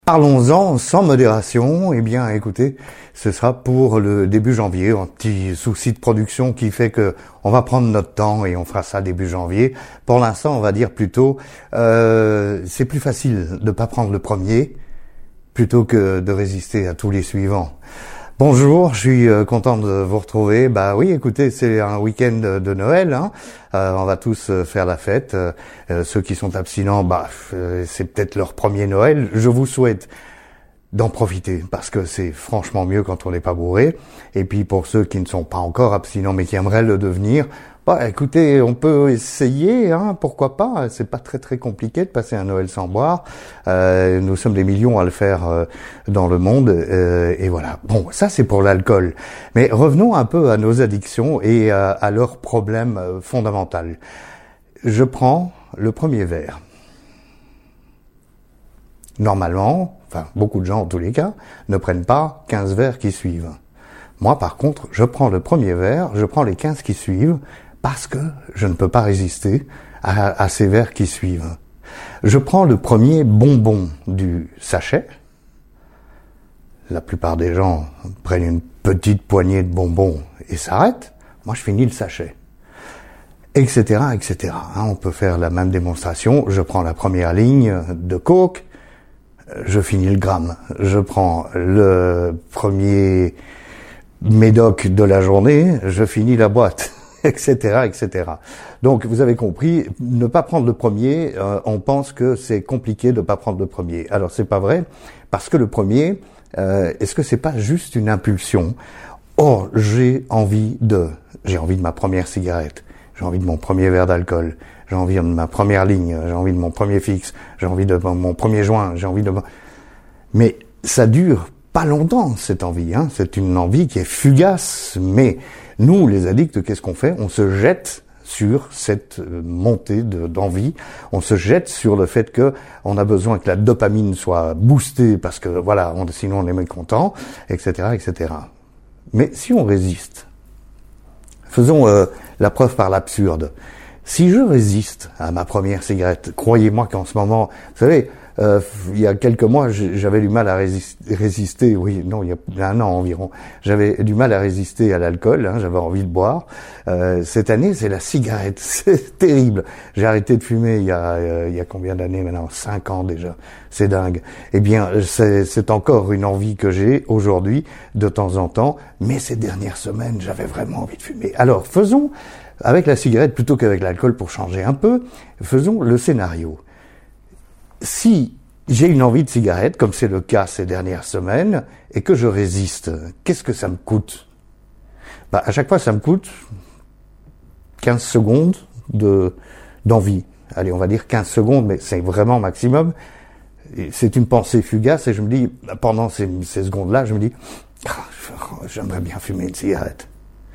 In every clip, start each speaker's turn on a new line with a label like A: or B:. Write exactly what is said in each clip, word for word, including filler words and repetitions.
A: Parlons-en sans modération. Eh bien, écoutez, ce sera pour le début janvier, un petit souci de production qui fait que on va prendre notre temps et on fera ça début janvier. Pour l'instant, on va dire plutôt, euh, c'est plus facile de pas prendre le premier plutôt que de résister à tous les suivants. Bonjour, je suis content de vous retrouver. Bah oui, écoutez, c'est un week-end de Noël, hein. Euh, on va tous faire la fête. Euh, ceux qui sont abstinents, bah c'est peut-être leur premier Noël. Je vous souhaite d'en profiter parce que c'est franchement mieux quand on n'est pas bourré. Et puis pour ceux qui ne sont pas encore abstinents mais qui aimeraient le devenir, bah écoutez, on peut essayer, hein, pourquoi pas. C'est pas très très compliqué de passer un Noël sans boire. Euh, nous sommes des millions à le faire euh, dans le monde, euh, et voilà. Bon, ça c'est pour l'alcool. Mais revenons un peu à nos addictions et à, à leur problème euh, fondamental. Je prends le premier verre. Normalement, enfin beaucoup de gens en tous les cas, ne prennent pas quinze verres qui suivent. Moi par contre, je prends le premier verre, je prends les quinze qui suivent, parce que je ne peux pas résister à, à ces verres qui suivent. Je prends le premier bonbon du sachet. La plupart des gens prennent une petite poignée de bonbons et s'arrêtent. Moi, je finis le sachet. Etc, et cetera. Hein, on peut faire la même démonstration. Je prends la première ligne de coke, je finis le gramme. Je prends le premier médoc de la journée, je finis la boîte. Etc, et cetera. Donc, vous avez compris, ne pas prendre le premier, euh, on pense que c'est compliqué de ne pas prendre le premier. Alors, c'est pas vrai, parce que le premier, euh, est-ce que c'est pas juste une impulsion? Oh, j'ai envie de, j'ai envie de ma première cigarette, j'ai envie de mon premier verre d'alcool, j'ai envie de ma première ligne, j'ai envie de mon premier fixe, j'ai envie de mon premier joint, j'ai envie de... Mais ça dure pas longtemps, cette envie, hein. C'est une envie qui est fugace, mais nous, les addicts, qu'est-ce qu'on fait? On se jette sur cette montée de, d'envie. On se jette sur le fait que on a besoin que la dopamine soit boostée parce que voilà, on, sinon on est mécontent, et cetera, et cetera. Mais si on résiste, faisons euh, la preuve par l'absurde. Si je résiste à ma première cigarette, croyez-moi qu'en ce moment, vous savez, Euh, il y a quelques mois, j'avais du mal à résister, résister, oui, non, il y a un an environ, j'avais du mal à résister à l'alcool, hein, j'avais envie de boire. Euh, cette année, c'est la cigarette, c'est terrible. J'ai arrêté de fumer il y a, euh, il y a combien d'années maintenant? Cinq ans déjà, c'est dingue. Eh bien, c'est, c'est encore une envie que j'ai aujourd'hui, de temps en temps, mais ces dernières semaines, j'avais vraiment envie de fumer. Alors, faisons, avec la cigarette plutôt qu'avec l'alcool pour changer un peu, faisons le scénario. Si j'ai une envie de cigarette, comme c'est le cas ces dernières semaines, et que je résiste, qu'est-ce que ça me coûte? Bah, à chaque fois, ça me coûte quinze secondes de, d'envie. Allez, on va dire quinze secondes, mais c'est vraiment maximum. Et c'est une pensée fugace, et je me dis, pendant ces, ces secondes-là, je me dis, oh, j'aimerais bien fumer une cigarette.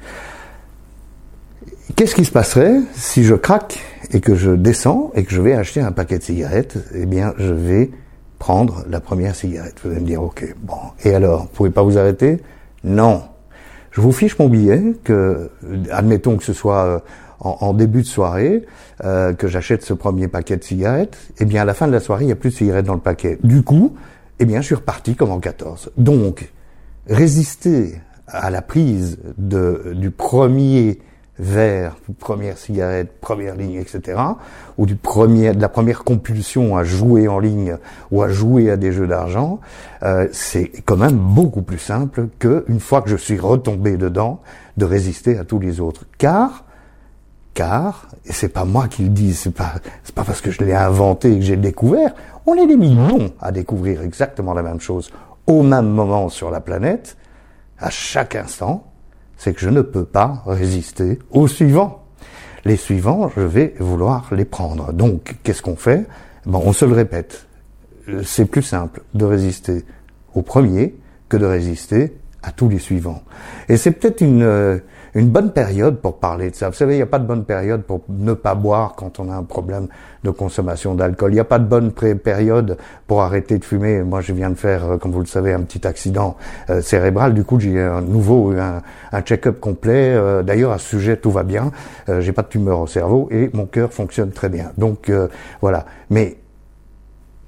A: Qu'est-ce qui se passerait si je craque et que je descends et que je vais acheter un paquet de cigarettes? Eh bien, je vais prendre la première cigarette. Vous allez me dire, ok, bon. Et alors, vous pouvez pas vous arrêter? Non. Je vous fiche mon billet, que, admettons que ce soit en, en début de soirée, euh, que j'achète ce premier paquet de cigarettes. Eh bien, à la fin de la soirée, il n'y a plus de cigarettes dans le paquet. Du coup, eh bien, je suis reparti comme en quatorze. Donc, résister à la prise de, du premier verre, première cigarette, première ligne, et cetera, ou du premier, de la première compulsion à jouer en ligne ou à jouer à des jeux d'argent, euh, c'est quand même beaucoup plus simple que, une fois que je suis retombé dedans, de résister à tous les autres. Car, car, et c'est pas moi qui le dis, c'est pas, c'est pas parce que je l'ai inventé et que j'ai découvert, on est des millions à découvrir exactement la même chose au même moment sur la planète, à chaque instant. C'est que je ne peux pas résister aux suivants. Les suivants, je vais vouloir les prendre. Donc, qu'est-ce qu'on fait? Bon, on se le répète. C'est plus simple de résister au premier que de résister à tous les suivants. Et c'est peut-être une, euh, une bonne période pour parler de ça. Vous savez, il n'y a pas de bonne période pour ne pas boire quand on a un problème de consommation d'alcool. Il n'y a pas de bonne pré- période pour arrêter de fumer. Moi, je viens de faire, comme vous le savez, un petit accident euh, cérébral. Du coup, j'ai un nouveau, un, un check-up complet. Euh, d'ailleurs, à ce sujet, tout va bien. Euh, j'ai pas de tumeur au cerveau et mon cœur fonctionne très bien. Donc, euh, voilà. Mais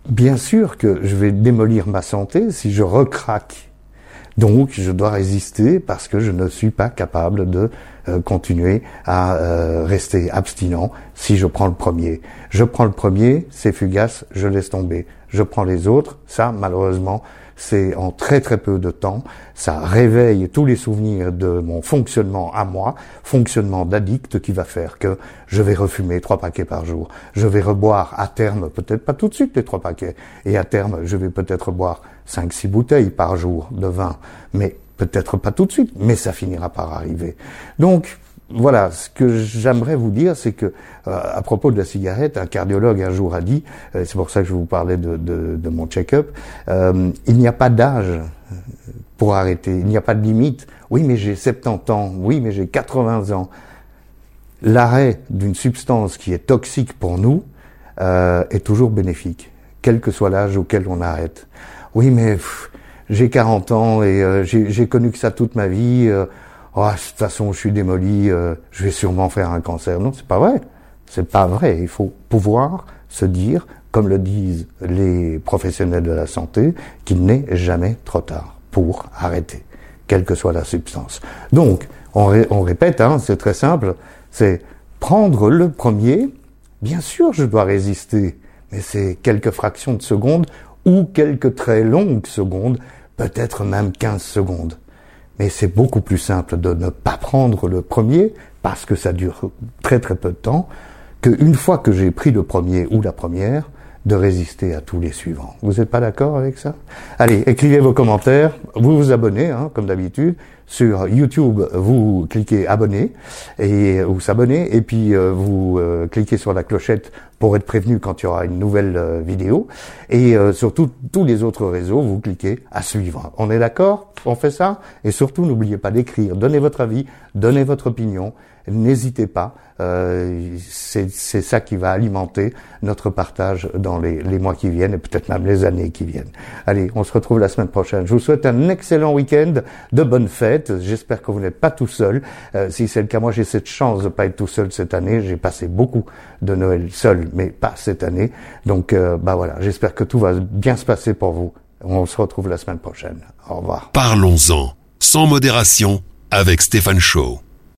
A: bien sûr que je vais démolir ma santé si je recraque. Donc, je dois résister parce que je ne suis pas capable de euh, continuer à euh, rester abstinent si je prends le premier. Je prends le premier, c'est fugace, je laisse tomber. Je prends les autres, ça, malheureusement, c'est en très très peu de temps. Ça réveille tous les souvenirs de mon fonctionnement à moi, fonctionnement d'addict qui va faire que je vais refumer trois paquets par jour. Je vais reboire à terme, peut-être pas tout de suite les trois paquets, et à terme, je vais peut-être boire cinq, six bouteilles par jour de vin, mais peut-être pas tout de suite, mais ça finira par arriver. Donc, voilà, ce que j'aimerais vous dire, c'est que, euh, à propos de la cigarette, un cardiologue un jour a dit, euh, c'est pour ça que je vous parlais de, de, de mon check-up, euh, il n'y a pas d'âge pour arrêter, il n'y a pas de limite. Oui, mais j'ai soixante-dix ans, oui, mais j'ai quatre-vingts ans. L'arrêt d'une substance qui est toxique pour nous euh, est toujours bénéfique, quel que soit l'âge auquel on arrête. Oui, mais pff, j'ai quarante ans et euh, j'ai, j'ai connu que ça toute ma vie. Euh, oh, de toute façon, je suis démoli, euh, je vais sûrement faire un cancer. Non, c'est pas vrai. C'est pas vrai. Il faut pouvoir se dire, comme le disent les professionnels de la santé, qu'il n'est jamais trop tard pour arrêter, quelle que soit la substance. Donc, on, ré, on répète, hein, c'est très simple, c'est prendre le premier. Bien sûr, je dois résister, mais c'est quelques fractions de secondes ou quelques très longues secondes, peut-être même quinze secondes. Mais c'est beaucoup plus simple de ne pas prendre le premier, parce que ça dure très très peu de temps, qu'une fois que j'ai pris le premier ou la première, de résister à tous les suivants. Vous n'êtes pas d'accord avec ça? Allez, écrivez vos commentaires, vous vous abonnez, hein, comme d'habitude. Sur YouTube, vous cliquez abonner et vous s'abonnez et puis euh, vous euh, cliquez sur la clochette pour être prévenu quand il y aura une nouvelle euh, vidéo. Et euh, sur tout, tous les autres réseaux, vous cliquez à suivre. On est d'accord? On fait ça? Et surtout, n'oubliez pas d'écrire. Donnez votre avis, donnez votre opinion. N'hésitez pas. Euh, c'est, c'est ça qui va alimenter notre partage dans les, les mois qui viennent et peut-être même les années qui viennent. Allez, on se retrouve la semaine prochaine. Je vous souhaite un excellent week-end, de bonnes fêtes. J'espère que vous n'êtes pas tout seul. Euh, si c'est le cas, moi j'ai cette chance de pas être tout seul cette année. J'ai passé beaucoup de Noël seul, mais pas cette année. Donc, euh, bah voilà, j'espère que tout va bien se passer pour vous. On se retrouve la semaine prochaine. Au revoir.
B: Parlons-en, sans modération, avec Stéphane Chaud.